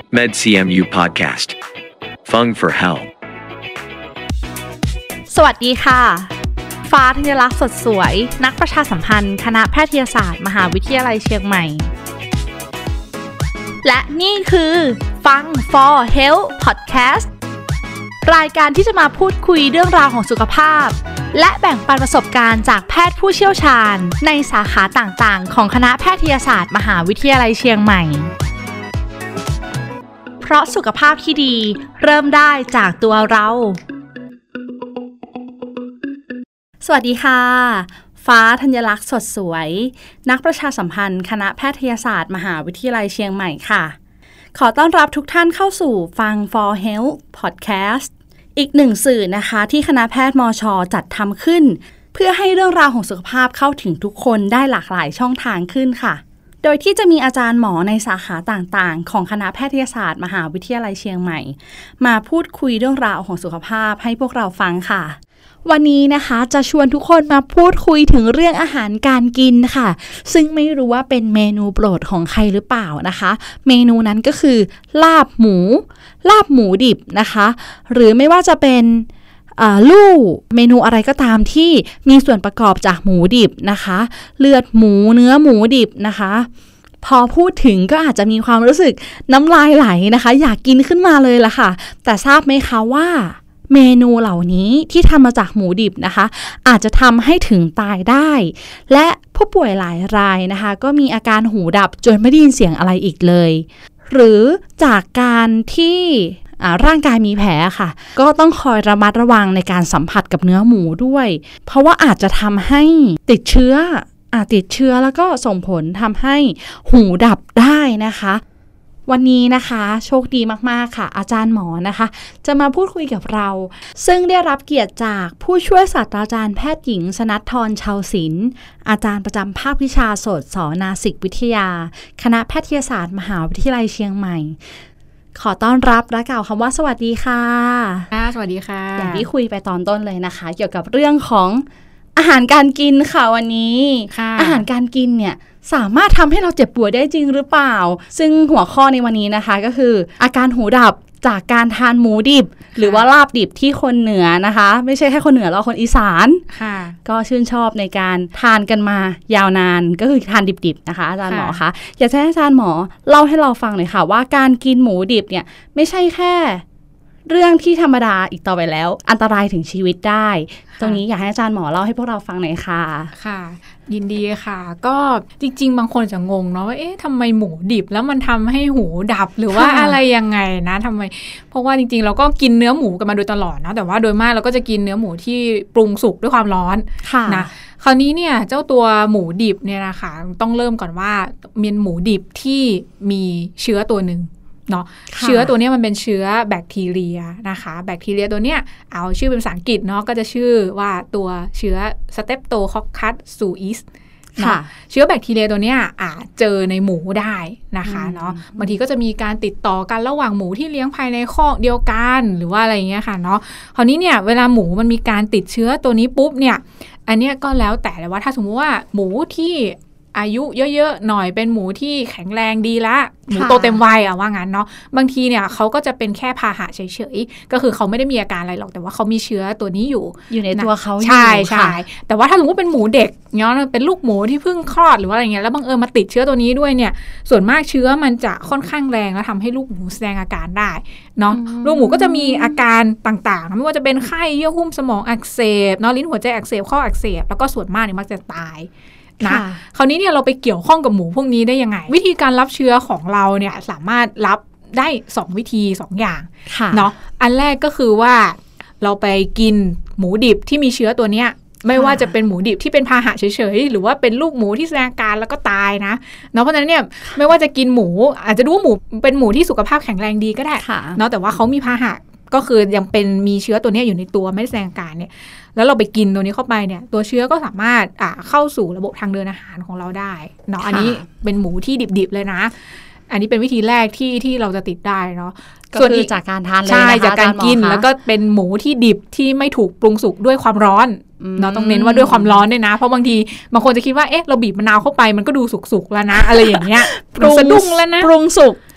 MedCMU Podcast Fung for Hell สวัสดีค่ะฟ้าธัญลักษณ์สดสวยนักประชาสัมพันธ์คณะแพทยศาสตร์มหาวิทยาลัยเชียงใหม่และนี่คือฟัง for Health Podcast รายการที่จะมาพูดคุยเรื่องราวของสุขภาพและแบ่งปันประสบการณ์จากแพทย์ผู้เชี่ยวชาญในสาขาต่างๆของคณะแพทยศาสตร์มหาวิทยาลัยเชียงใหม่เพราะสุขภาพที่ดีเริ่มได้จากตัวเราสวัสดีค่ะฟ้าธัญลักษณ์สดสวยนักประชาสัมพันธ์คณะแพทยศาสตร์มหาวิทยาลัยเชียงใหม่ค่ะขอต้อนรับทุกท่านเข้าสู่ฟัง For Health Podcast อีกหนึ่งสื่อนะคะที่คณะแพทย์มช.จัดทำขึ้นเพื่อให้เรื่องราวของสุขภาพเข้าถึงทุกคนได้หลากหลายช่องทางขึ้นค่ะโดยที่จะมีอาจารย์หมอในสาขาต่างๆของคณะแพทยศาสตร์มหาวิทยาลัยเชียงใหม่มาพูดคุยเรื่องราวของสุขภาพให้พวกเราฟังค่ะวันนี้นะคะจะชวนทุกคนมาพูดคุยถึงเรื่องอาหารการกินค่ะซึ่งไม่รู้ว่าเป็นเมนูโปรดของใครหรือเปล่านะคะเมนูนั้นก็คือลาบหมูดิบนะคะหรือไม่ว่าจะเป็นลู่เมนูอะไรก็ตามที่มีส่วนประกอบจากหมูดิบนะคะเลือดหมูเนื้อหมูดิบนะคะพอพูดถึงก็อาจจะมีความรู้สึกน้ำลายไหลนะคะอยากกินขึ้นมาเลยล่ะค่ะแต่ทราบไหมคะว่าเมนูเหล่านี้ที่ทำมาจากหมูดิบนะคะอาจจะทำให้ถึงตายได้และผู้ป่วยหลายรายนะคะก็มีอาการหูดับจนไม่ได้ยินเสียงอะไรอีกเลยหรือจากการที่ร่างกายมีแผลค่ะก็ต้องคอยระมัดระวังในการสัมผัสกับเนื้อหมูด้วยเพราะว่าอาจจะทำให้ติดเชื้อแล้วก็ส่งผลทำให้หูดับได้นะคะวันนี้นะคะโชคดีมากๆค่ะอาจารย์หมอนะคะจะมาพูดคุยกับเราซึ่งได้รับเกียรติจากผู้ช่วยศาสตราจารย์แพทย์หญิงสนัทธร ชาวศิลป์อาจารย์ประจำภาควิชาโสตศนาสิกวิทยาคณะแพทยศาสตร์มหาวิทยาลัยเชียงใหม่ขอต้อนรับและกล่าวคำว่าสวัสดีค่ะสวัสดีค่ะอย่างที่คุยไปตอนต้นเลยนะคะเกี่ยวกับเรื่องของอาหารการกินค่ะวันนี้อาหารการกินเนี่ยสามารถทำให้เราเจ็บป่วยได้จริงหรือเปล่าซึ่งหัวข้อในวันนี้นะคะก็คืออาการหูดับจากการทานหมูดิบหรือว่าลาบดิบที่คนเหนือนะคะไม่ใช่แค่คนเหนือเราคนอีสานก็ชื่นชอบในการทานกันมายาวนานก็คือทานดิบๆนะคะอาจารย์หมอคะอยากให้อาจารย์หมอเล่าให้เราฟังหน่อยค่ะว่าการกินหมูดิบเนี่ยไม่ใช่แค่เรื่องที่ธรรมดาอีกต่อไปแล้วอันตรายถึงชีวิตได้ตรงนี้อยากให้อาจารย์หมอเล่าให้พวกเราฟังหน่อยค่ะค่ะยินดีค่ะก็จริงๆบางคนจะงงเนาะว่าทำไมหมูดิบแล้วมันทำให้หูดับหรือว่าอะไรยังไงนะทำไมเพราะว่าจริงๆเราก็กินเนื้อหมูกันมาโดยตลอดนะแต่ว่าโดยมากเราก็จะกินเนื้อหมูที่ปรุงสุกด้วยความร้อนนะคราวนี้เนี่ยเจ้าตัวหมูดิบเนี่ยนะคะต้องเริ่มก่อนว่าเป็นหมูดิบที่มีเชื้อตัวหนึ่งเนาะเชื้อตัวนี้มันเป็นเชื้อแบคทีเรียนะคะแบคทีเรียตัวเนี้ยเอาชื่อเป็นภาษาอังกฤษเนาะก็จะชื่อว่าตัวเชื้อ Streptococcus suis เนาะเชื้อแบคทีเรียตัวเนี้ยเจอในหมูได้นะคะเนาะบางทีก็จะมีการติดต่อกันระหว่างหมูที่เลี้ยงภายในคอกเดียวกันหรือว่าอะไรอย่างเงี้ยค่ะเนาะคราวนี้เนี่ยเวลาหมูมันมีการติดเชื้อตัวนี้ปุ๊บเนี่ยอันเนี้ยก็แล้วแต่เลยว่าถ้าสมมุติว่าหมูที่อายุเยอะๆหน่อยเป็นหมูที่แข็งแรงดีละหมูโตเต็มวัยว่างั้นเนาะบางทีเนี่ยเขาก็จะเป็นแค่พาหะเฉยๆก็คือเขาไม่ได้มีอาการอะไรหรอกแต่ว่าเขามีเชื้อตัวนี้อยู่ในตัวเขาใช่แต่ว่าถ้าสมมติเป็นหมูเด็กเนาะเป็นลูกหมูที่เพิ่งคลอดหรือว่าอะไรเงี้ยแล้วบังเอิญมาติดเชื้อตัวนี้ด้วยเนี่ยส่วนมากเชื้อมันจะค่อนข้างแรงแล้วทำให้ลูกหมูแสดงอาการได้เนาะลูกหมูก็จะมีอาการต่างๆไม่ว่าจะเป็นไข้เยื่อหุ้มสมองอักเสบเนาะลิ้นหัวใจอักเสบข้ออักเสบแล้วก็ส่วนมากเนี่ยมักจะตายนะคราวนี้เนี่ยเราไปเกี่ยวข้องกับหมูพวกนี้ได้ยังไงวิธีการรับเชื้อของเราเนี่ยสามารถรับได้2วิธี2อย่างเนาะอันแรกก็คือว่าเราไปกินหมูดิบที่มีเชื้อตัวเนี้ยไม่ว่าจะเป็นหมูดิบที่เป็นพาหะเฉยๆหรือว่าเป็นลูกหมูที่แสดงอาการแล้วก็ตายนะเนาะเพราะฉะนั้นเนี่ยไม่ว่าจะกินหมูอาจจะดูว่าหมูเป็นหมูที่สุขภาพแข็งแรงดีก็ได้เนาะแต่ว่าเขามีพาหะก็คือยังเป็นมีเชื้อตัวนี้อยู่ในตัวไม่ได้แสดงอาการเนี่ยแล้วเราไปกินตัวนี้เข้าไปเนี่ยตัวเชื้อก็สามารถเข้าสู่ระบบทางเดินอาหารของเราได้เนาะอันนี้เป็นหมูที่ดิบๆเลยนะอันนี้เป็นวิธีแรกที่เราจะติดได้เนาะส่วนจากการทานเลยนะคะจากการกินแล้วก็เป็นหมูที่ดิบที่ไม่ถูกปรุงสุกด้วยความร้อนเนาะต้องเน้นว่าด้วยความร้อนด้วยนะเพราะบางทีบางคนจะคิดว่าเราบีบมะนาวเข้าไปมันก็ดูสุกๆแล้วนะอะไรอย่างเงี้ยปรุงสะดุ้งแล้วนะปรุงสุก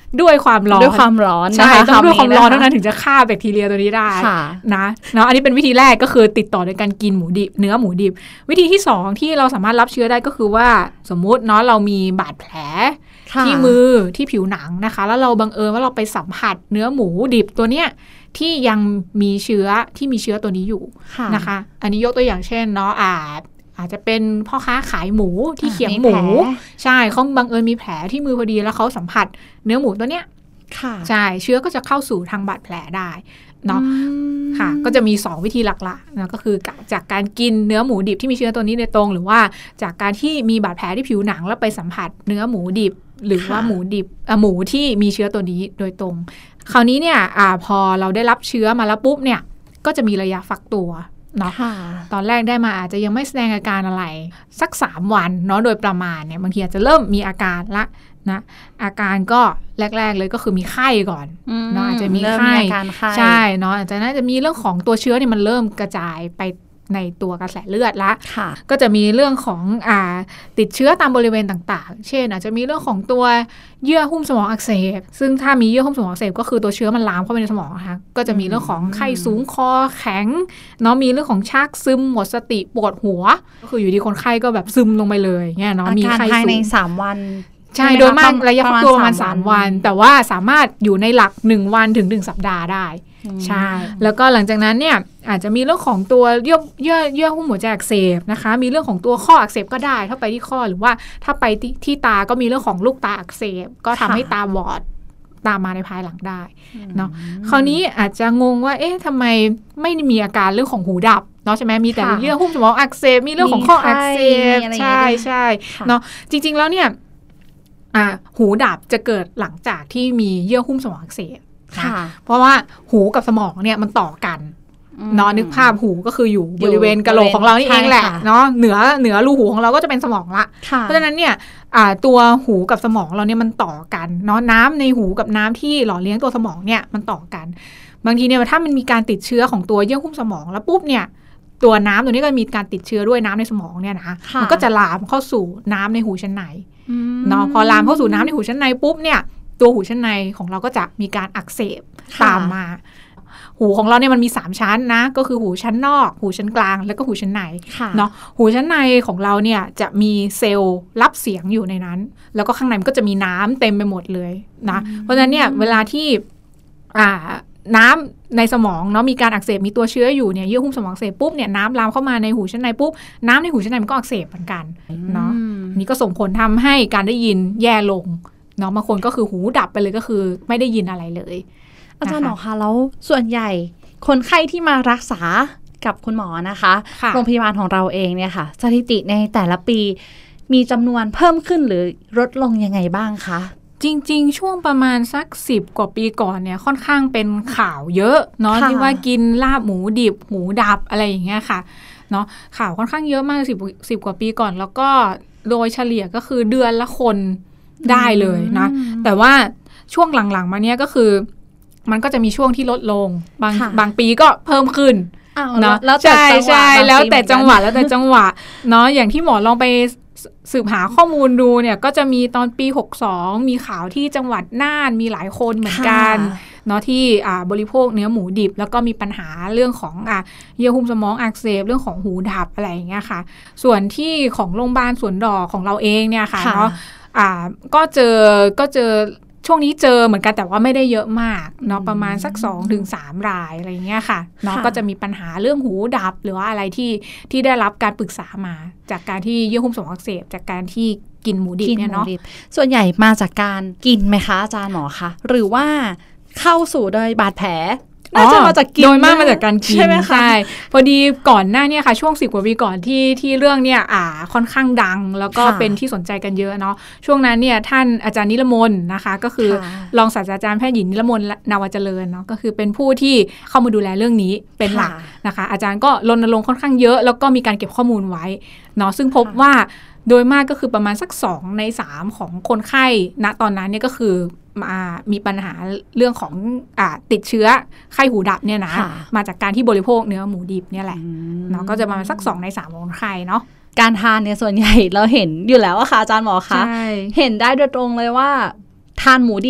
ด้วยความร้อนใช่ต้องด้วยความร้อนเท่านั้นถึงจะฆ่าแบคทีเรียตัวนี้ได้นะเนาะอันนี้เป็นวิธีแรกก็คือติดต่อโดยการกินหมูดิบเนื้อหมูดิบวิธีที่2ที่เราสามารถรับเชื้อได้ก็คือว่าสมมุติเนาะเรามีบาดแผลที่มือที่ผิวหนังนะคะแล้วเราบังเอิญว่าเราไปสัมผัสเนื้อหมูดิบตัวเนี้ยที่ยังมีเชื้อตัวนี้อยู่นะคะอันนี้ยกตัวอย่างเช่นเนาะอาจจะเป็นพ่อค้าขายหมูที่เขียงหมูใช่เขาบังเอิญมีแผลที่มือพอดีแล้วเขาสัมผัสเนื้อหมูตัวเนี้ยใช่เชื้อก็จะเข้าสู่ทางบาดแผลได้เนาะค่ะก็จะมี2วิธีหลักๆนะก็คือจากการกินเนื้อหมูดิบที่มีเชื้อตัวนี้โดยตรงหรือว่าจากการที่มีบาดแผลที่ผิวหนังแล้วไปสัมผัสเนื้อหมูดิบหรือว่าหมูที่มีเชื้อตัวนี้โดยตรงคราวนี้เนี่ยพอเราได้รับเชื้อมาแล้วปุ๊บเนี่ยก็จะมีระยะฟักตัวเนาะตอนแรกได้มาอาจจะยังไม่แสดงอาการอะไรสัก3วันเนาะโดยประมาณเนี่ยบางทีอาจจะเริ่มมีอาการละนะอาการก็แรกๆเลยก็คือมีไข้ก่อนเนาะอาจจะมีไข้ใช่เนาะอาจจะน่าจะมีเรื่องของตัวเชื้อเนี่ยมันเริ่มกระจายไปในตัวกระแสเลือดละก็จะมีเรื่องของติดเชื้อตามบริเวณต่างๆเช่นอาจจะมีเรื่องของตัวเยื่อหุ้มสมองอักเสบซึ่งถ้ามีเยื่อหุ้มสมองอักเสบก็คือตัวเชื้อมันลามเข้าไปในสมองนะคะก็จะมีเรื่องของไข้สูงคอแข็งเนาะมีเรื่องของชักซึมหมดสติปวดหัวก็คืออยู่ดีคนไข้ก็แบบซึมลงไปเลยเงี้ยเนาะมีไข้สูงใน 3 วันใช่โดยมากระยะฟักตัวประมาณ3 วันแต่ว่าสามารถอยู่ในหลัก1 วันถึง1 สัปดาห์ได้ใช่แล้วก็หลังจากนั้นเนี่ยอาจจะมีเรื่องของตัวเยื่อหุ้มหัวใจอักเสบนะคะมีเรื่องของตัวข้ออักเสบก็ได้ถ้าไปที่ข้อหรือว่าถ้าไปที่ตาก็มีเรื่องของลูกตาอักเสบก็ทำให้ตาบอดตามมาในภายหลังได้เนาะคราวนี้อาจจะงงว่าเอ๊ะทำไมไม่มีอาการเรื่องของหูดับเนาะใช่ไหมมีแต่เยื่อหุ้มสมองอักเสบมีเรื่องของข้ออักเสบใช่เนาะจริงๆแล้วเนี่ยหูดับจะเกิดหลังจากที่มีเยื่อหุ้มสมองอักเสบเพราะว่าหูกับสมองเนี่ยมันต่อกันเนาะนึกภาพหูก็คืออยู่บริเวณกะโหลกของเรานี่เองแหละเนาะเหนือรูหูของเราก็จะเป็นสมองละเพราะฉะนั้นเนี่ยตัวหูกับสมองเราเนี่ยมันต่อกันเนาะน้ำในหูกับน้ำที่หล่อเลี้ยงตัวสมองเนี่ยมันต่อกันบางทีเนี่ยถ้ามันมีการติดเชื้อของตัวเยื่อหุ้มสมองแล้วปุ๊บเนี่ยตัวน้ำตัวนี้ก็มีการติดเชื้อด้วยน้ำในสมองเนี่ยนะมันก็จะลามเข้าสู่น้ำในหูชั้นในเนาะพอลามเข้าสู่น้ำในหูชั้นในปุ๊บเนี่ยตัวหูชั้นในของเราก็จะมีการอักเสบตามมาหูของเราเนี่ยมันมี3ชั้นนะก็คือหูชั้นนอกหูชั้นกลางแล้วก็หูชั้นในเนาะหูชั้นในของเราเนี่ยจะมีเซลล์รับเสียงอยู่ในนั้นแล้วก็ข้างในมันก็จะมีน้ำเต็มไปหมดเลยนะเพราะฉะนั้นเนี่ยเวลาที่น้ำในสมองเนาะมีการอักเสบมีตัวเชื้ออยู่เนี่ยเยื่อหุ้มสมองอักเสบปุ๊บเนี่ยน้ำลามเข้ามาในหูชั้นในปุ๊บน้ำในหูชั้นในมันก็อักเสบเหมือนกันเนาะนี่ก็ส่งผลทำให้การได้ยินแย่ลงเนาะบางคนก็คือหูดับไปเลยก็คือไม่ได้ยินอะไรเลยอาจารย์หมอคะแล้วส่วนใหญ่คนไข้ที่มารักษากับคุณหมอนะคะโรงพยาบาลของเราเองเนี่ยค่ะสถิติในแต่ละปีมีจำนวนเพิ่มขึ้นหรือลดลงยังไงบ้างคะจริงๆช่วงประมาณสัก10 กว่าปีก่อนเนี่ยค่อนข้างเป็นข่าวเยอะเนาะที่ว่ากินลาบหมูดิบหมูดับอะไรอย่างเงี้ยค่ะเนาะข่าวค่อนข้างเยอะมาก10 กว่าปีก่อนแล้วก็โดยเฉลี่ยก็คือเดือนละคนได้เลยนะแต่ว่าช่วงหลังๆมาเนี้ยก็คือมันก็จะมีช่วงที่ลดลงบางปีก็เพิ่มขึ้นเนาะใช่แล้วแต่จังหวะเนาะอย่างที่หมอลองไปสืบหาข้อมูลดูเนี่ยก็จะมีตอนปี62มีข่าวที่จังหวัดน่านมีหลายคนเหมือนกันเนาะที่บริโภคเนื้อหมูดิบแล้วก็มีปัญหาเรื่องของเยื่อหุ้มสมองอักเสบเรื่องของหูดับอะไรอย่างเงี้ยค่ะส่วนที่ของโรงพยาบาลสวนดอกของเราเองเนี่ยค่ะเนาะก็เจอช่วงนี้เจอเหมือนกันแต่ว่าไม่ได้เยอะมากเนาะประมาณสัก 2-3 รายอะไรอย่างเงี้ยค่ะเนาะก็จะมีปัญหาเรื่องหูดับหรือว่าอะไรที่ได้รับการปรึกษามาจากการที่เยื่อหุ้มสมองอักเสบจากการที่กินหมูดิบเนี่ยเนาะส่วนใหญ่มาจากการกินไหมคะอาจารย์หมอคะหรือว่าเข้าสู่โดยบาดแผลน่าจะมาจากกินโดยมากมาจากการกินใช่พอดีก่อนหน้าเนี่ยค่ะช่วง10 กว่าปีก่อนที่เรื่องเนี่ยค่อนข้างดังแล้วก็เป็นที่สนใจกันเยอะเนาะช่วงนั้นเนี่ยท่านอาจารย์นิรมนต์นะคะก็คือรองศาสตราจารย์แพทย์หญิงนิรมนต์นาวเจริญเนาะก็คือเป็นผู้ที่เข้ามาดูแลเรื่องนี้เป็นหลักนะคะอาจารย์ก็รณรงค์ค่อนข้างเยอะแล้วก็มีการเก็บข้อมูลไว้เนาะซึ่งพบว่าโดยมากก็คือประมาณสัก2 ใน 3ของคนไข้ณตอนนั้นเนี่ยก็คือมีปัญหาเรื่องของติดเชื้อไข้หูดับเนี่ยนะมาจากการที่บริโภคเนื้อหมูดิบเนี่ยแหละเนาะก็จะประมาณสัก2 ใน 3ของคนไข้เนาะการทานเนี่ยส่วนใหญ่เราเห็นอยู่แล้วอะค่ะอาจารย์หมอคะเห็นได้โดยตรงเลยว่าทานหมูดิบ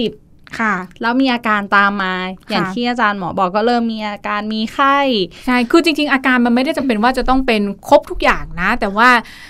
ค่ะแล้วมีอาการตามมาอย่างที่อาจารย์หมอบอกก็เริ่มมีอาการมีไข้ใช่คือจริงๆอาการมันไม่ได้จำเป็นว่าจะต้องเป็นครบทุกอย่างนะแต่ว่า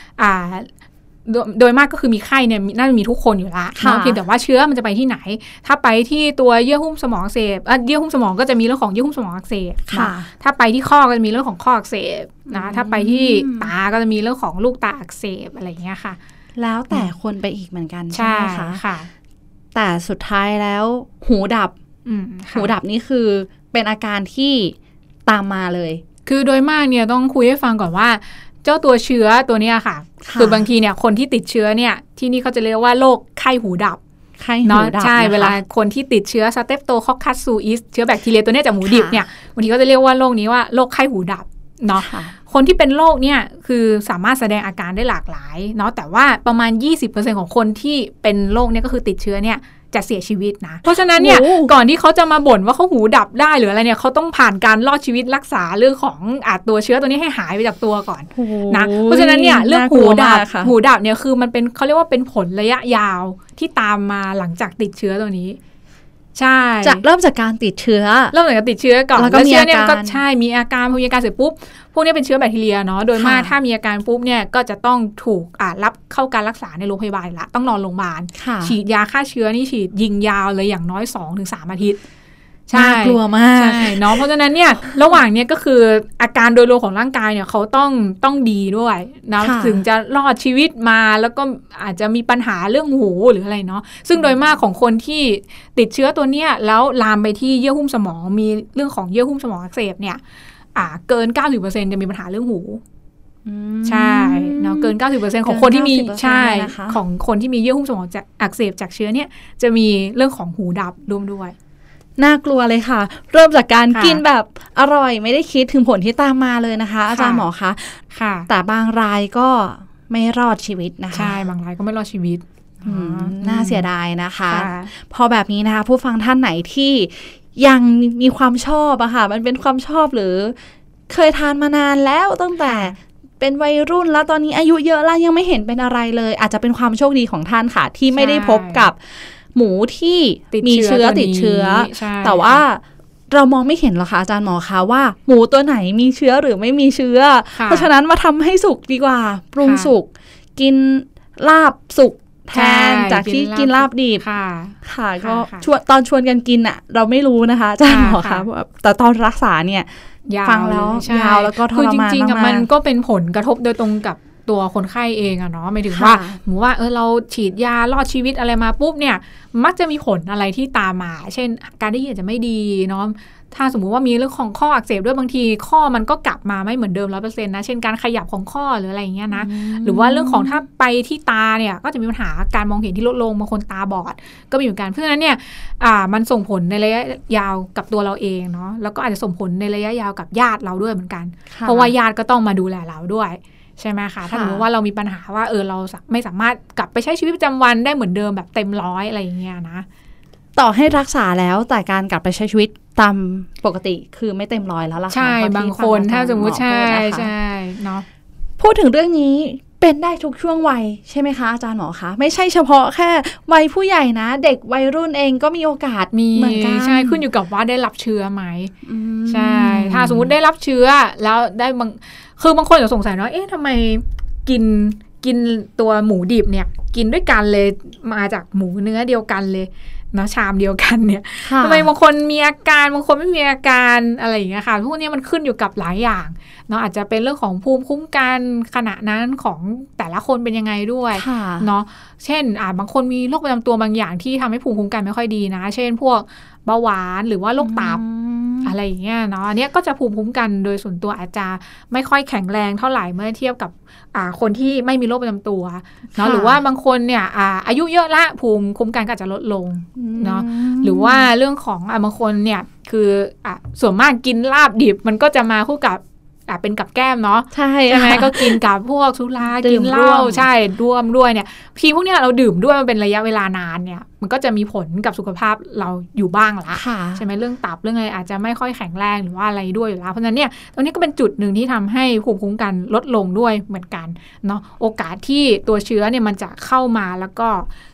โดยมากก็คือมีไข้เนี่ยน่าจะมีทุกคนอยู่ละเนาะเพียงแต่ว่าเชื้อมันจะไปที่ไหนถ้าไปที่ตัวเยื่อหุ้มสมองอักเสบเยื่อหุ้มสมองก็จะมีเรื่องของเยื่อหุ้มสมองอักเสบถ้าไปที่ข้อก็จะมีเรื่องของข้ออักเสบนะถ้าไปที่ตาก็จะมีเรื่องของลูกตาอักเสบอะไรอย่างเงี้ยค่ะแล้วแต่คนไปอีกเหมือนกันใช่ไหมคะค่ะแต่สุดท้ายแล้วหูดับหูดับนี่คือเป็นอาการที่ตามมาเลยคือโดยมากเนี่ยต้องคุยให้ฟังก่อนว่าเจ้าตัวเชื้อตัวนี้ค่ะคือบางทีเนี่ยคนที่ติดเชื้อเนี่ยที่นี่เขาจะเรียกว่าโรคไข้หูดับเนาะใช่เวลาคนที่ติดเชื้อสเตปโตคอคคัสซูอิสเชื้อแบคทีเรียตัวนี้จากหมูดิบเนี่ยบางทีก็จะเรียกว่าโรคนี้ว่าโรคไข้หูดับเนาะคนที่เป็นโรคเนี่ยคือสามารถแสดงอาการได้หลากหลายเนาะแต่ว่าประมาณ 20% ของคนที่เป็นโรคเนี่ยก็คือติดเชื้อเนี่ยจะเสียชีวิตนะเพราะฉะนั้นเนี่ยก่อนที่เขาจะมาบ่นว่าเขาหูดับได้หรืออะไรเนี่ยเขาต้องผ่านการรอดชีวิตรักษาเรื่องของตัวเชื้อตัวนี้ให้หายไปจากตัวก่อนนะเพราะฉะนั้นเนี่ยเรื่องหูดับเนี่ยคือมันเป็นเขาเรียกว่าเป็นผลระยะยาวที่ตามมาหลังจากติดเชื้อตัวนี้ใช่จะเริ่มจากการติดเชื้อก่อนแล้วเชื้อเนี่ยก็ใช่มีอาการพอมีอาการเสร็จปุ๊บพวกนี้เป็นเชื้อแบคทีเรียเนาะโดยมากถ้ามีอาการปุ๊บเนี่ยก็จะต้องถูกรับเข้าการรักษาในโรงพยาบาลละต้องนอนโรงพยาบาลฉีดยาฆ่าเชื้อนี่ฉีดยิงยาวเลยอย่างน้อย 2-3 อาทิตย์น่ากลัวมากใช่เนาะเพราะฉะนั้นเนี่ยระหว่างเนี้ยก็คืออาการโดยรวมของร่างกายเนี่ยเขาต้องดีด้วยนะถึงจะรอดชีวิตมาแล้วก็อาจจะมีปัญหาเรื่องหูหรืออะไรเนาะซึ่งโดยมากของคนที่ติดเชื้อตัวเนี้ยแล้วลามไปที่เยื่อหุ้มสมองมีเรื่องของเยื่อหุ้มสมองอักเสบเนี่ยเกิน 90% จะมีปัญหาเรื่องหูใช่เนาะเกิน 90% ของคนที่มีใช่ของคนที่มีเยื่อหุ้มสมองอักเสบจากเชื้อเนี่ยจะมีเรื่องของหูดับรวมด้วยน่ากลัวเลยค่ะเริ่มจากการกินแบบอร่อยไม่ได้คิดถึงผลที่ตามมาเลยนะคะอาจารย์หมอคะแต่บางรายก็ไม่รอดชีวิตนะคะใช่บางรายก็ไม่รอดชีวิตน่าเสียดายนะคะพอแบบนี้นะคะผู้ฟังท่านไหนที่ยังมีความชอบอะค่ะมันเป็นความชอบหรือเคยทานมานานแล้วตั้งแต่เป็นวัยรุ่นแล้วตอนนี้อายุเยอะแล้วยังไม่เห็นเป็นอะไรเลยอาจจะเป็นความโชคดีของท่านค่ะที่ไม่ได้พบกับหมูที่มีเชื้อติดเชื้อแต่ว่าเรามองไม่เห็นหรอกค่ะอาจารย์หมอคะว่าหมูตัวไหนมีเชื้อหรือไม่มีเชื้อเพราะฉะนั้นมาทำให้สุกดีกว่าปรุงสุกกินลาบสุกแทนจากที่กินลาบดิบค่ะก็ตอนชวนกันกินอ่ะเราไม่รู้นะคะอาจารย์หมอคะแต่ตอนรักษาเนี่ยฟังแล้วยาวแล้วก็ทรมานมากจริงๆมันก็เป็นผลกระทบโดยตรงกับตัวคนไข้เองอะเนาะหมายถึงว่าหมูว่าเราฉีดยารอดชีวิตอะไรมาปุ๊บเนี่ยมักจะมีผลอะไรที่ตามมาเช่นการได้ยินจะไม่ดีเนาะถ้าสมมุติว่ามีเรื่องของข้ออักเสบด้วยบางทีข้อมันก็กลับมาไม่เหมือนเดิม 100% นะเช่นการขยับของข้อหรืออะไรอย่างเงี้ยนะหรือว่าเรื่องของถ้าไปที่ตาเนี่ยก็จะมีปัญหาการมองเห็นที่ลดลงบางคนตาบอดก็มีเหมือนกันเพราะฉะนั้นเนี่ยมันส่งผลในระยะยาวกับตัวเราเองเนาะแล้วก็อาจจะส่งผลในระยะยาวกับญาติเราด้วยเหมือนกันเพราะว่าญาติก็ต้องมาดูแลเราด้วยใช่ไหมคะถ้าสมมติว่าเรามีปัญหาว่าเราไม่สามารถกลับไปใช้ชีวิตประจำวันได้เหมือนเดิมแบบเต็มร้อยอะไรอย่างเงี้ยนะต่อให้รักษาแล้วแต่การกลับไปใช้ชีวิตตามปกติคือไม่เต็มร้อยแล้วล่ะค่ะใช่บางคนถ้าสมมติใช่เนาะพูดถึงเรื่องนี้เป็นได้ทุกช่วงวัยใช่ไหมคะอาจารย์หมอคะไม่ใช่เฉพาะแค่วัยผู้ใหญ่นะเด็กวัยรุ่นเองก็มีโอกาสเหมือนกันใช่ขึ้นอยู่กับว่าได้รับเชื้อไหมใช่ถ้าสมมติได้รับเชื้อแล้วได้คือบางคนจะสงสัยว่าทำไมกินตัวหมูดิบเนี่ยกินด้วยกันเลยมาจากหมูเนื้อเดียวกันเลยเนาะชามเดียวกันเนี่ยทำไมบางคนมีอาการบางคนไม่มีอาการอะไรอย่างเงี้ยค่ะพวกนี้มันขึ้นอยู่กับหลายอย่างเนาะอาจจะเป็นเรื่องของภูมิคุ้มกันขณะนั้นของแต่ละคนเป็นยังไงด้วยเนาะเช่นบางคนมีโรคประจำตัวบางอย่างที่ทำให้ภูมิคุ้มกันไม่ค่อยดีนะเช่นพวกเบาหวานหรือว่าโรคตับอะไรอย่างเงี้ยเนาะอันนี้ก็จะภูมิคุ้มกันโดยส่วนตัวอาจจะไม่ค่อยแข็งแรงเท่าไหร่เมื่อเทียบกับคนที่ไม่มีโรคประจำตัวเนาะหรือว่าบางคนเนี่ยอายุเยอะละภูมิคุ้มกันก็อาจจะลดลงเนาะหรือว่าเรื่องของบางคนเนี่ยคือส่วนมากกินลาบดิบมันก็จะมาคู่กับเป็นกับแก้มเนาะใช่ไหมก็กินกับพวกสุรากินเหล้าใช่ร่วมด้วยเนี่ยทีพวกเนี้ยเราดื่มด้วยมันเป็นระยะเวลานานเนี่ยมันก็จะมีผลกับสุขภาพเราอยู่บ้างละใช่ไหมเรื่องตับเรื่องอะไรอาจจะไม่ค่อยแข็งแรงหรือว่าอะไรด้วยอยู่แล้วเพราะฉะนั้นเนี่ยตรงนี้ก็เป็นจุดหนึ่งที่ทำให้ภูมิคุ้มกันลดลงด้วยเหมือนกันเนาะโอกาสที่ตัวเชื้อเนี่ยมันจะเข้ามาแล้วก็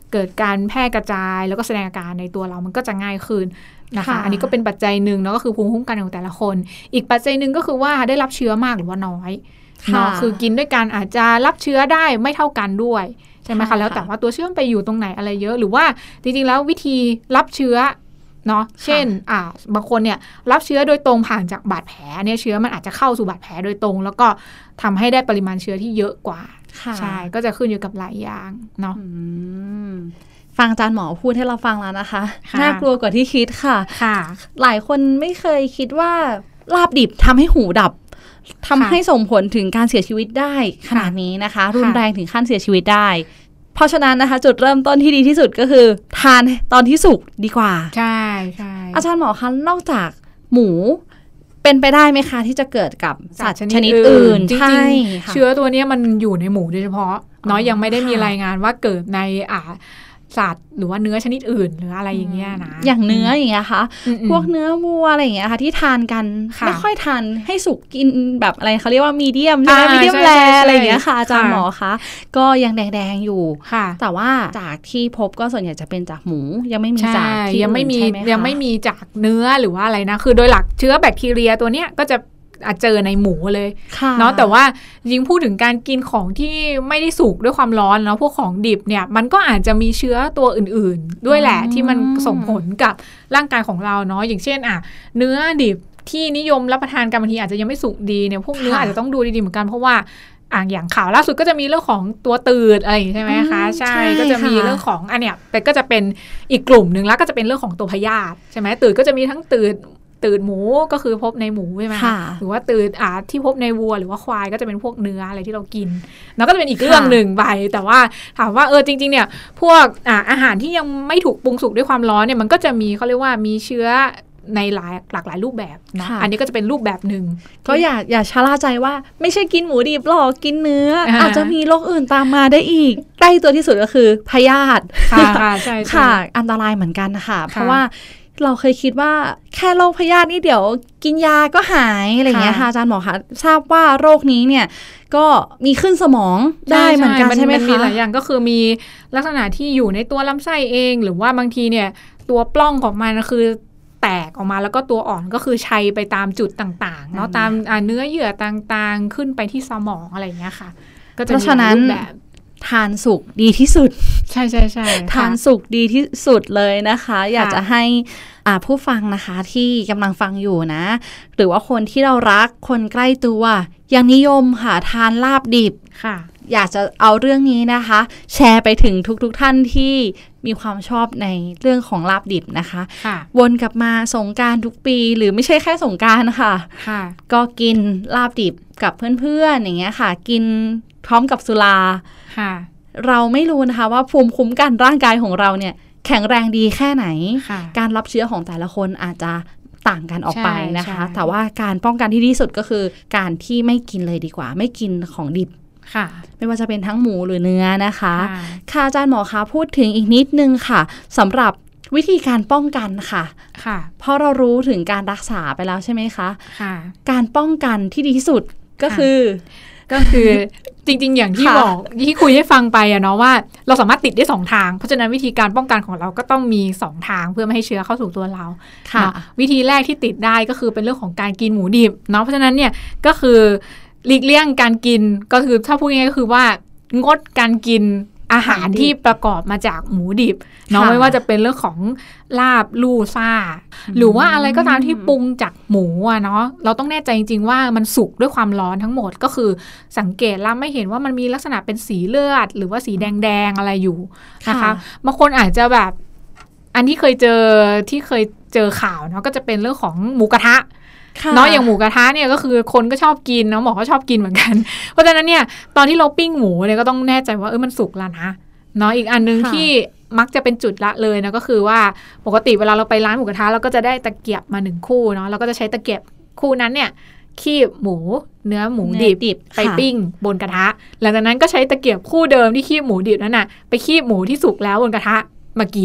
เกิดการแพร่กระจายแล้วก็แสดงอาการในตัวเรามันก็จะง่ายขึ้นนะคะอันนี้ก็เป็นปัจจัยหนึ่งเนาะก็คือภูมิคุ้มกันของแต่ละคนอีกปัจจัยหนึ่งก็คือว่าได้รับเชื้อมากหรือว่าน้อยเนาะคือกินด้วยกันอาจจะรับเชื้อได้ไม่เท่ากันด้วยใช่ไหมคะแล้วแต่ว่าตัวเชื้อไปอยู่ตรงไหนอะไรเยอะหรือว่าจริงๆแล้ววิธีรับเชื้อเนาะเช่นบางคนเนี่ยรับเชื้อโดยตรงผ่านจากบาดแผลเนี่ยเชื้อมันอาจจะเข้าสู่บาดแผลโดยตรงแล้วก็ทำให้ได้ปริมาณเชื้อที่เยอะกว่าใช่ก็จะขึ้นอยู่กับหลายอย่างเนาะฟังอาจารย์หมอพูดให้เราฟังแล้วนะคะน่ากลัวกว่าที่คิดค่ะหลายคนไม่เคยคิดว่าลาบดิบทำให้หูดับทำให้ส่งผลถึงการเสียชีวิตได้ขนาดนี้นะคะรุนแรงถึงขั้นเสียชีวิตได้เพราะฉะนั้นนะคะจุดเริ่มต้นที่ดีที่สุดก็คือทานตอนที่สุกดีกว่าใช่ใช่อาจารย์หมอคะนอกจากหมูเป็นไปได้ไหมคะที่จะเกิดกับสัตว์ชนิดอื่นจริงๆเชื้อตัวนี้มันอยู่ในหมูโดยเฉพาะเนาะยังไม่ได้มีรายงานว่าเกิดในสัตว์หรือว่าเนื้อชนิดอื่นหรืออะไรอย่างเงี้ยนะอย่างเนื้ออย่างเงี้ยค่ะพวกเนื้อวัวอะไรอย่างเงี้ยค่ะที่ทานกันไม่ค่อยทานให้สุกกินแบบอะไรเขาเรียกว่ามีเดียมใช่ไหมมีเดียมแรอะไรอย่างเงี้ยค่ะอาจารย์หมอคะก็ยังแดงๆอยู่แต่ว่าจากที่พบก็ส่วนใหญ่จะเป็นจากหมูยังไม่มีจากที่ยังไม่มีจากเนื้อหรือว่าอะไรนะคือโดยหลักเชื้อแบคทีเรียตัวเนี้ยก็จะเจอในหมูเลยเนาะแต่ว่ายิ่งพูดถึงการกินของที่ไม่ได้สุกด้วยความร้อนเนาะพวกของดิบเนี่ยมันก็อาจจะมีเชื้อตัวอื่นๆด้วยแหละที่มันส่งผลกับร่างกายของเราเนาะอย่างเช่นเนื้อดิบที่นิยมรับประทานกันบางทีอาจจะยังไม่สุกดีเนี่ยพวกเนื้ออาจจะต้องดูดีๆเหมือนกันเพราะว่าอย่างข่าวล่าสุดก็จะมีเรื่องของตัวตืดอะไรใช่ไหมคะใช่ก็จะมีเรื่องของอันเนี้ยแต่ก็จะเป็นอีกกลุ่มนึงแล้วก็จะเป็นเรื่องของตัวพยาธิใช่ไหมตืดก็จะมีทั้งตืดหมูก็คือพบในหมูใช่ไหมหรือว่าตืดที่พบในวัวหรือว่าควายก็จะเป็นพวกเนื้ออะไรที่เรากินแล้วก็จะเป็นอีกเรื่องหนึ่งไปแต่ว่าถามว่าจริงๆเนี่ยพวกอาหารที่ยังไม่ถูกปรุงสุกด้วยความร้อนเนี่ยมันก็จะมีเขาเรียกว่ามีเชื้อในหลากหลายรูปแบบนะอันนี้ก็จะเป็นรูปแบบหนึ่งก็อย่าชะล่าใจว่าไม่ใช่กินหมูดิบหรอกกินเนื้ออาจจะมีโรคอื่นตามมาได้อีกใกล้ตัวที่สุดก็คือพยาธิค่ะอันตรายเหมือนกันค่ะเพราะว่าเราเคยคิดว่าแค่โรคพยาธินี่เดี๋ยวกินยาก็หายอะไรอย่างเงี้ยค่ะอาจารย์หมอคะทราบว่าโรคนี้เนี่ยก็มีขึ้นสมองได้เหมือนกันใช่ไหมคะมีหลายอย่างก็คือมีลักษณะที่อยู่ในตัวลำไส้เองหรือว่าบางทีเนี่ยตัวปล้องของมันคือแตกออกมาแล้วก็ตัวอ่อนก็คือชัยไปตามจุดต่างๆเนาะตามเนื้อเยื่อต่างๆขึ้นไปที่สมองอะไรอย่างเงี้ยค่ะก็จะมีรูปแบบทานสุกดีที่สุดใช่ทานสุกดีที่สุดเลยนะคะอยากจะให้ผู้ฟังนะคะที่กำลังฟังอยู่นะหรือว่าคนที่เรารักคนใกล้ตัวยังนิยมค่ะทานลาบดิบค่ะอยากจะเอาเรื่องนี้นะคะแชร์ไปถึงทุกท่านที่มีความชอบในเรื่องของลาบดิบนะคะวนกลับมาสงกรานต์ทุกปีหรือไม่ใช่แค่สงกรานต์ค่ะก็กินลาบดิบกับเพื่อนๆอย่างเงี้ยค่ะกินพร้อมกับสุราเราไม่รู้นะคะว่าภูมิคุ้มกันร่างกายของเราเนี่ยแข็งแรงดีแค่ไหนการรับเชื้อของแต่ละคนอาจจะต่างกันออกไปนะคะแต่ว่าการป้องกันที่ดีสุดก็คือการที่ไม่กินเลยดีกว่าไม่กินของดิบไม่ว่าจะเป็นทั้งหมูหรือเนื้อนะคะค่ะอาจารย์หมอคะพูดถึงอีกนิดนึงค่ะสำหรับวิธีการป้องกันค่ะเพราะเรารู้ถึงการรักษาไปแล้วใช่ไหมคะการป้องกันที่ดีที่สุดก็คือจริงๆอย่างที่บอกที่คุยให้ฟังไปเนาะว่าเราสามารถติดได้2ทางเพราะฉะนั้นวิธีการป้องกันของเราก็ต้องมี2ทางเพื่อไม่ให้เชื้อเข้าสู่ตัวเราวิธีแรกที่ติดได้ก็คือเป็นเรื่องของการกินหมูดิบเนาะเพราะฉะนั้นเนี่ยก็คือหลีกเลี่ยงการกินก็คือถ้าพูดง่ายๆก็คือว่างดการกินอาหารที่ประกอบมาจากหมูดิบเนาะไม่ว่าจะเป็นเรื่องของลาบลู่ซ่าหรือว่าอะไรก็ตามที่ปรุงจากหมูเนาะเราต้องแน่ใจจริงๆว่ามันสุกด้วยความร้อนทั้งหมดก็คือสังเกตแล้วไม่เห็นว่ามันมีลักษณะเป็นสีเลือดหรือว่าสีแดงๆอะไรอยู่นะคะบางคนอาจจะแบบอันที่เคยเจอข่าวเนาะก็จะเป็นเรื่องของหมูกระทะเนาะอย่างหมูกระทะเนี่ยก็คือคนก็ชอบกินเนาะหมอก็ชอบกินเหมือนกันเพราะฉะนั้นเนี่ยตอนที่เราปิ้งหมูเนี่ยก็ต้องแน่ใจว่ามันสุกแล้วนะเนาะอีกอันนึงที่มักจะเป็นจุดละเลยนะก็คือว่าปกติเวลาเราไปร้านหมูกระทะเราก็จะได้ตะเกียบมา1คู่เนาะเราก็จะใช้ตะเกียบคู่นั้นเนี่ยคีบหมูเนื้อหมูดิบไปปิ้งบนกระทะหลังจากนั้นก็ใช้ตะเกียบคู่เดิมที่คีบหมูดิบนั้นน่ะไปคีบหมูที่สุกแล้วบนกระทะมากิน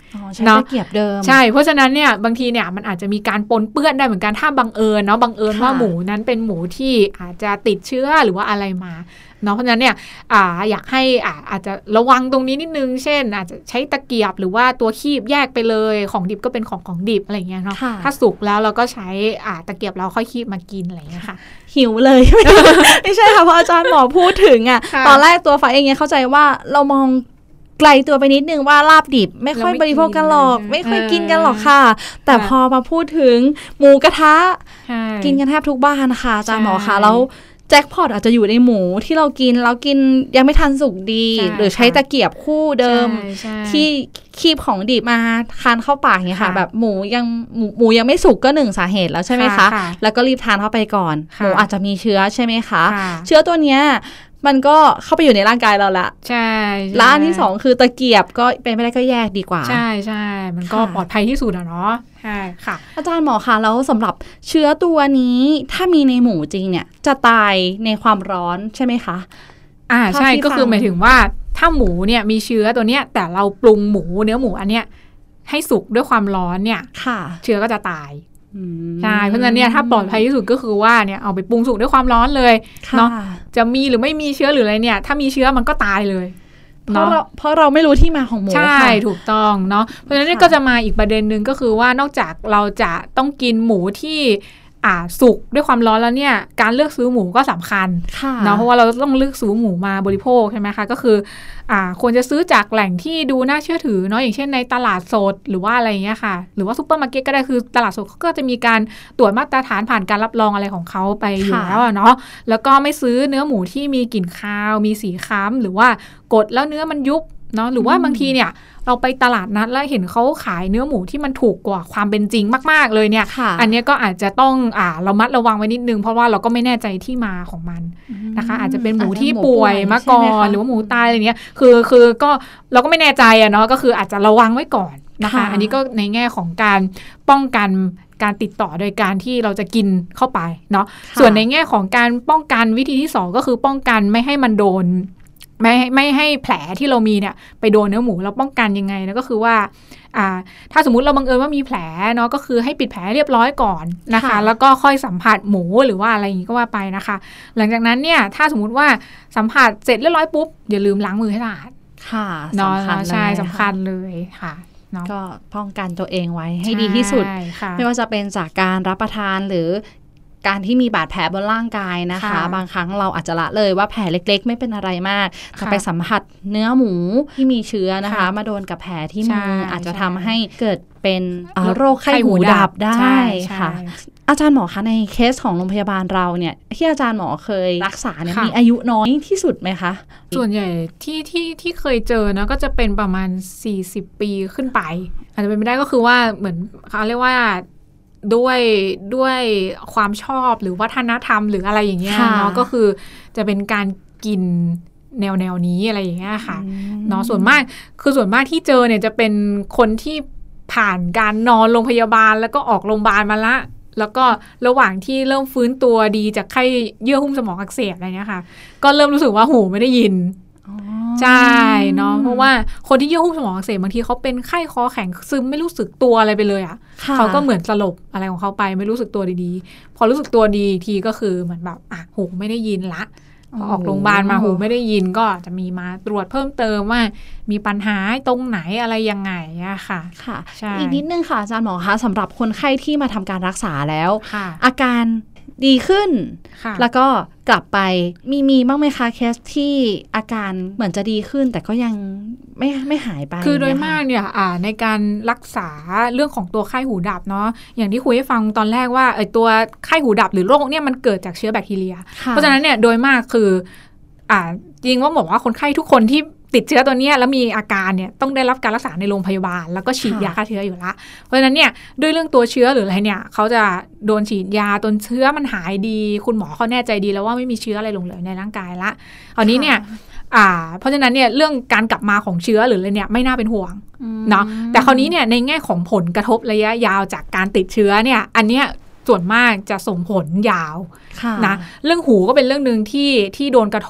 ใช้ตะเกียบเดิมใช่เพราะฉะนั้นเนี่ยบางทีเนี่ยมันอาจจะมีการปนเปื้อนได้เหมือนกันถ้าบังเอิญว่าหมูนั้นเป็นหมูที่อาจจะติดเชื้อหรือว่าอะไรมาเนาะเพราะฉะนั้นเนี่ยอยากให้อาจจะระวังตรงนี้นิดนึงเช่นอาจจะใช้ตะเกียบหรือว่าตัวคีบแยกไปเลยของดิบก็เป็นของดิบอะไรเงี้ยเนาะถ้าสุกแล้วเราก็ใช้ตะเกียบเราค่อยคีบมากินอะไรเงี้ยค่ะหิวเลย ไม่ใช่ค่ะเพราะอาจารย์หมอพูดถึงตอนแรกตัวฟ้าเองเนี่ยเข้าใจว่าเรามองไกลตัวไปนิดนึงว่าลาบดิบไม่ค่อยบริโภคกันหรอกไม่ค่อยกินกันหรอกค่ะแต่พอมาพูดถึงหมูกระทะกินกันแทบทุกบ้านค่ะอาจารย์หมอค่ะแล้วแจ็คพอตอาจจะอยู่ในหมูที่เรากินแล้วกินยังไม่ทันสุกดีหรือใช้ตะเกียบคู่เดิมที่คีบของดิบมาทานเข้าปากเนี่ยค่ะแบบหมูยังไม่สุกก็หนึ่งสาเหตุแล้วใช่ไหมคะแล้วก็รีบทานเข้าไปก่อนหมูอาจจะมีเชื้อใช่ไหมคะเชื้อตัวเนี้ยมันก็เข้าไปอยู่ในร่างกายเราละใช่แล้วอันที่สองคือตะเกียบก็เป็นไม่ได้ก็แยกดีกว่าใช่ใช่มันก็ปลอดภัยที่สุดเนาะใช่ค่ะอาจารย์หมอคะแล้วสำหรับเชื้อตัวนี้ถ้ามีในหมูจริงเนี่ยจะตายในความร้อนใช่ไหมคะใช่ก็คือหมายถึงว่าถ้าหมูเนี่ยมีเชื้อตัวเนี้ยแต่เราปรุงเนื้อหมูอันเนี้ยให้สุกด้วยความร้อนเนี่ยเชื้อก็จะตายใช่เพราะฉะนั้นเนี่ยถ้าปลอดภัยที่สุดก็คือว่าเนี่ยเอาไปปรุงสุกด้วยความร้อนเลยเนาะจะมีหรือไม่มีเชื้อหรืออะไรเนี่ยถ้ามีเชื้อมันก็ตายเลยเพราะเราไม่รู้ที่มาของหมูใช่ถูกต้องเนาะเพราะฉะนั้นก็จะมาอีกประเด็นนึงก็คือว่านอกจากเราจะต้องกินหมูที่สุกด้วยความร้อนแล้วเนี่ยการเลือกซื้อหมูก็สำคัญเนาะเพราะว่าเราต้องเลือกซื้อหมูมาบริโภคใช่ไหมคะก็คือควรจะซื้อจากแหล่งที่ดูน่าเชื่อถือเนาะอย่างเช่นในตลาดสดหรือว่าอะไรอย่างเงี้ยค่ะหรือว่าซุปเปอร์มาร์เก็ตก็ได้คือตลาดสดเขาก็จะมีการตรวจมาตรฐานผ่านการรับรองอะไรของเขาไปอยู่แล้วเนาะแล้วก็ไม่ซื้อเนื้อหมูที่มีกลิ่นคาวมีสีคล้ำหรือว่ากดแล้วเนื้อมันยุบเนาะหรือว่าบางทีเนี่ยเราไปตลาดนัดแล้วเห็นเขาขายเนื้อหมูที่มันถูกกว่าความเป็นจริงมากๆเลยเนี่ยอันนี้ก็อาจจะต้องเรามัดระวังไว้นิดนึงเพราะว่าเราก็ไม่แน่ใจที่มาของมันนะคะอาจจะเป็นหมูที่ป่วยมาก่อนหรือว่าหมูตายอะไรเงี้ยคือก็เราก็ไม่แน่ใจเนาะก็คืออาจจะระวังไว้ก่อนนะคะอันนี้ก็ในแง่ของการป้องกันการติดต่อโดยการที่เราจะกินเข้าไปเนาะส่วนในแง่ของการป้องกันวิธีที่2ก็คือป้องกันไม่ให้มันโดนไม่ให้แผลที่เรามีเนี่ยไปโดนเนื้อหมูเราป้องกันยังไงนะก็คือว่าถ้าสมมุติเราบังเอิญว่ามีแผลเนาะก็คือให้ปิดแผลเรียบร้อยก่อนนะคะแล้วก็ค่อยสัมผัสหมูหรือว่าอะไรอย่างนี้ก็ว่าไปนะคะหลังจากนั้นเนี่ยถ้าสมมุติว่าสัมผัสเสร็จเรียบร้อยปุ๊บอย่าลืมล้างมือให้สะอาดค่ะเนาะใช่สำคัญเลยค่ะก็ป้องกันตัวเองไว้ให้ดีที่สุดไม่ว่าจะเป็นจากการรับประทานหรือการที่มีบาดแผลบนร่างกายนะคะบางครั้งเราอาจจะละเลยว่าแผลเล็กๆไม่เป็นอะไรมากแต่ไปสัมผัสเนื้อหมูที่มีเชื้อนะคะมาโดนกับแผลที่มืออาจจะทำให้เกิดเป็นโรคไข้หูดับได้ค่ะอาจารย์หมอคะในเคสของโรงพยาบาลเราเนี่ยที่อาจารย์หมอเคยรักษาเนี่ยมีอายุน้อยที่สุดไหมคะส่วนใหญ่ที่เคยเจอนะก็จะเป็นประมาณ40ปีขึ้นไปอาจจะเป็นไม่ได้ก็คือว่าเหมือนเขาเรียกว่าด้วยความชอบหรือวัฒนธรรมหรืออะไรอย่างเงี้ยเนาะก็คือจะเป็นการกินแนวนี้อะไรอย่างเงี้ยค่ะเนาะส่วนมากที่เจอเนี่ยจะเป็นคนที่ผ่านการนอนโรงพยาบาลแล้วก็ออกโรงพยาบาลมาละแล้วก็ระหว่างที่เริ่มฟื้นตัวดีจากไข้เยื่อหุ้มสมองอักเสบอะไรเงี้ยค่ะก็เริ่มรู้สึกว่าหูไม่ได้ยินใช่เนาะเพราะว่าคนที่เยื่อหุ้มสมองอักเสบบางทีเขาเป็นไข้คอแข็งซึมไม่รู้สึกตัวอะไรไปเลยอ่ะเขาก็เหมือนสลบอะไรของเขาไปไม่รู้สึกตัวดีๆพอรู้สึกตัวดีทีก็คือเหมือนแบบหูไม่ได้ยินละพอออกโรงพยาบาลมาหูไม่ได้ยินก็จะมีมาตรวจเพิ่มเติมว่ามีปัญหาตรงไหนอะไรยังไงอะค่ะค่ะอีกนิดนึงค่ะอาจารย์หมอคะสำหรับคนไข้ที่มาทำการรักษาแล้วอาการดีขึ้นแล้วก็กลับไปมีบ้างไหมคะเคสที่อาการเหมือนจะดีขึ้นแต่ก็ยังไม่หายไปคือโดยมากเนี่ยในการรักษาเรื่องของตัวไข้หูดับเนาะอย่างที่คุยให้ฟังตอนแรกว่าตัวไข้หูดับหรือโรคเนี่ยมันเกิดจากเชื้อแบคทีเรียเพราะฉะนั้นเนี่ยโดยมากคือจริงว่าบอกว่าคนไข้ทุกคนที่ติดเชื้อตัวนี้แล้วมีอาการเนี่ยต้องได้รับการรักษาในโรงพยาบาลแล้วก็ฉีดยาฆ่าเชื้ออยู่ละเพราะฉะนั้นเนี่ยด้วยเรื่องตัวเชื้อหรืออะไรเนี่ยเขาจะโดนฉีดยาจนเชื้อมันหายดีคุณหมอเขาแน่ใจดีแล้วว่าไม่มีเชื้ออะไรหลงเหลือในร่างกายละคราวนี้เนี่ยเพราะฉะนั้นเนี่ยเรื่องการกลับมาของเชื้อหรืออะไรเนี่ยไม่น่าเป็นห่วงเนาะแต่คราวนี้เนี่ยในแง่ของผลกระทบระยะยาวจากการติดเชื้อเนี่ยอันเนี้ยส่วนมากจะส่งผลยาวนะเรื่องหูก็เป็นเรื่องนึงที่โดนกระทบห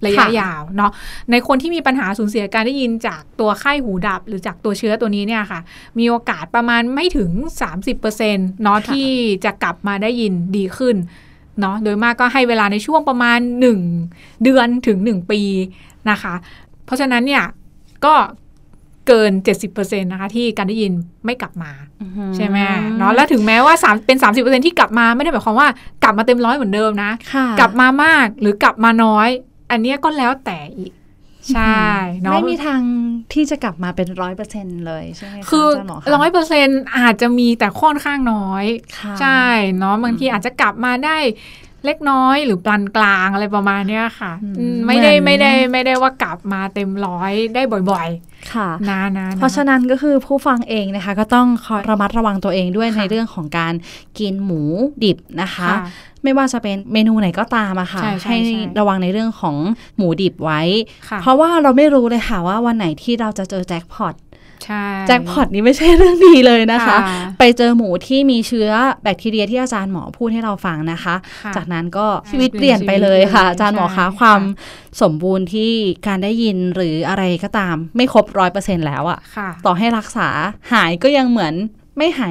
ระยะยาวเนาะในคนที่มีปัญหาสูญเสียการได้ยินจากตัวไข้หูดับหรือจากตัวเชื้อตัวนี้เนี่ยค่ะมีโอกาสประมาณไม่ถึง 30% เนาะที่จะกลับมาได้ยินดีขึ้นเนาะโดยมากก็ให้เวลาในช่วงประมาณ1เดือนถึง1ปีนะคะเพราะฉะนั้นเนี่ยก็เกิน 70% นะคะที่การได้ยินไม่กลับมาใช่ไหมเนาะแล้วถึงแม้ว่าเป็น 30% ที่กลับมาไม่ได้หมายความว่ากลับมาเต็มร้อยเหมือนเดิมนะกลับมามากหรือกลับมาน้อยอันนี้ก็แล้วแต่อีกใช่เนาะไม่มีทางที่จะกลับมาเป็น 100% เลยใช่ไหมคะคือ 100% อาจจะมีแต่ค่อนข้างน้อยใช่เนาะบางทีอาจจะกลับมาได้เล็กน้อยหรือปานกลางอะไรประมาณนี้ค่ะไม่ได้ว่ากลับมาเต็มร้อยได้บ่อยๆค่ะนะเพราะฉะนั้นก็คือผู้ฟังเองนะคะก็ต้องคอยระมัดระวังตัวเองด้วยในเรื่องของการกินหมูดิบนะคะไม่ว่าจะเป็นเมนูไหนก็ตามอะค่ะให้ระวังในเรื่องของหมูดิบไว้เพราะว่าเราไม่รู้เลยค่ะว่าวันไหนที่เราจะเจอแจ็คพอตแจ็คพอตนี้ไม่ใช่เรื่องดีเลยนะคะไปเจอหมูที่มีเชื้อแบคทีเรียที่อาจารย์หมอพูดให้เราฟังนะคะจากนั้นก็ชีวิตเปลี่ยนไปเลยค่ะอาจารย์หมอคะความสมบูรณ์ที่การได้ยินหรืออะไรก็ตามไม่ครบ 100% แล้วอะต่อให้รักษาหายก็ยังเหมือนไม่หาย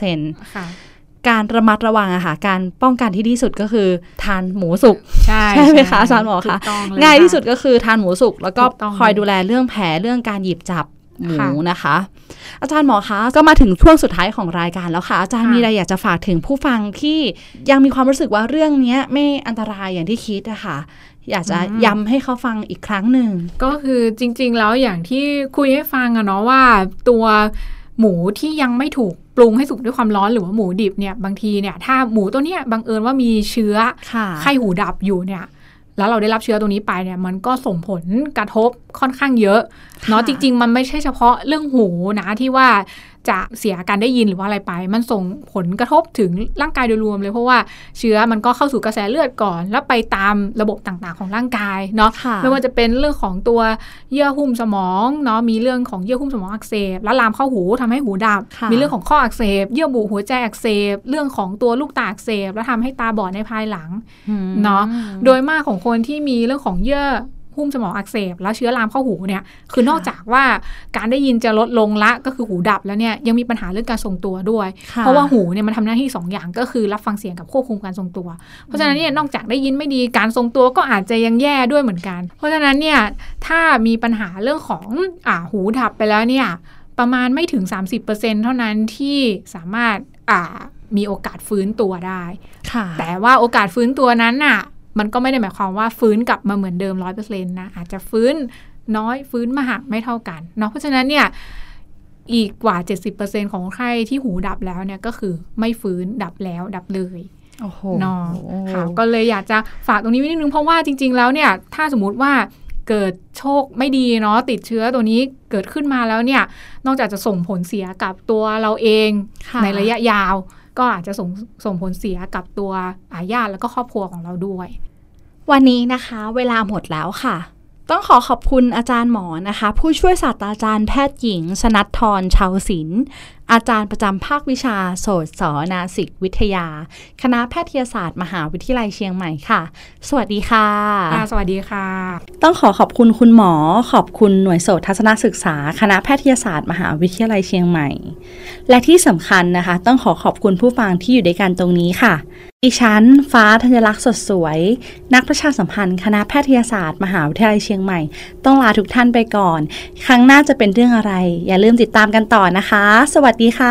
100%การระมัดระวังอะค่ะการป้องกันที่ดีสุดก็คือทานหมูสุกใช่ไหมคะอาจารย์หมอคะง่ายที่สุดก็คือทานหมูสุกแล้วก็คอยดูแลเรื่องแผลเรื่องการหยิบจับหมูนะคะอาจารย์หมอคะก็มาถึงช่วงสุดท้ายของรายการแล้วค่ะอาจารย์มีอะไรอยากจะฝากถึงผู้ฟังที่ยังมีความรู้สึกว่าเรื่องนี้ไม่อันตรายอย่างที่คิดอะค่ะอยากจะย้ำให้เขาฟังอีกครั้งหนึ่งก็คือจริงๆแล้วอย่างที่คุยให้ฟังอะเนาะว่าตัวหมูที่ยังไม่ถูกปรุงให้สุกด้วยความร้อนหรือว่าหมูดิบเนี่ยบางทีเนี่ยถ้าหมูตัวเนี้ยบังเอิญว่ามีเชื้อไข้หูดับอยู่เนี่ยแล้วเราได้รับเชื้อตัวนี้ไปเนี่ยมันก็ส่งผลกระทบค่อนข้างเยอะเนาะจริงๆมันไม่ใช่เฉพาะเรื่องหูนะที่ว่าจะเสียการได้ยินหรือว่าอะไรไปมันส่งผลกระทบถึงร่างกายโดยรวมเลยเพราะว่าเชื้อมันก็เข้าสู่กระแสเลือดก่อนแล้วไปตามระบบต่างๆของร่างกายเนาะไม่ว่าจะเป็นเรื่องของตัวเยื่อหุ้มสมองเนาะมีเรื่องของเยื่อหุ้มสมองอักเสบแล้วลามเข้าหูทำให้หูดับมีเรื่องของข้ออักเสบเยื่อบุหัวใจอักเสบเรื่องของตัวลูกตาอักเสบแล้วทำให้ตาบอดในภายหลังเนาะโดยมากของคนที่มีเรื่องของเยื่อหุ้มสมองอักเสบแล้วเชื้อลามเข้าหูเนี่ยคือนอกจากว่าการได้ยินจะลดลงละก็คือหูดับแล้วเนี่ยยังมีปัญหาเรื่องการทรงตัวด้วยเพราะว่าหูเนี่ยมันทำหน้าที่2 อย่างก็คือรับฟังเสียงกับควบคุมการทรงตัวเพราะฉะนั้นเนี่ยนอกจากได้ยินไม่ดีการทรงตัวก็อาจจะยังแย่ด้วยเหมือนกันเพราะฉะนั้นเนี่ยถ้ามีปัญหาเรื่องของหูดับไปแล้วเนี่ยประมาณไม่ถึง 30% เท่านั้นที่สามารถมีโอกาสฟื้นตัวได้แต่ว่าโอกาสฟื้นตัวนั้นน่ะมันก็ไม่ได้หมายความว่าฟื้นกลับมาเหมือนเดิม 100% นะอาจจะฟื้นน้อยฟื้นมากไม่เท่ากันเนาะเพราะฉะนั้นเนี่ยอีกกว่า 70% ของใครที่หูดับแล้วเนี่ยก็คือไม่ฟื้นดับแล้วดับเลยเนาะค่ะก็เลยอยากจะฝากตรงนี้ไว้นิดนึงเพราะว่าจริงๆแล้วเนี่ยถ้าสมมุติว่าเกิดโชคไม่ดีเนาะติดเชื้อตัวนี้เกิดขึ้นมาแล้วเนี่ยนอกจากจะส่งผลเสียกับตัวเราเองในระยะยาวก็อาจจะส่งผลเสียกับตัวญาติแล้วก็ครอบครัวของเราด้วยวันนี้นะคะเวลาหมดแล้วค่ะต้องขอบคุณอาจารย์หมอนะคะผู้ช่วยศาสตราจารย์แพทย์หญิงชนัทธร ชาวศิลป์อาจารย์ประจำภาควิชาโสตศนาสิกวิทยาคณะแพทยศาสตร์มหาวิทยาลัยเชียงใหม่ค่ะสวัสดีค่ะสวัสดีค่ะต้องขอบคุณคุณหมอขอบคุณหน่วยโสตทัศนศึกษาคณะแพทยศาสตร์มหาวิทยาลัยเชียงใหม่และที่สำคัญนะคะต้องขอบคุณผู้ฟังที่อยู่ด้วยกันตรงนี้ค่ะดิฉันฟ้าธัญลักษณ์สดสวยนักประชาสัมพันธ์คณะแพทยศาสตร์มหาวิทยาลัยเชียงใหม่ต้องลาทุกท่านไปก่อนครั้งหน้าจะเป็นเรื่องอะไรอย่าลืมติดตามกันต่อนะคะสวัสดีค่ะ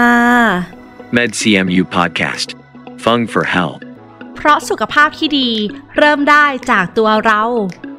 MedCMU Podcast Fung for Health เพราะสุขภาพที่ดีเริ่มได้จากตัวเรา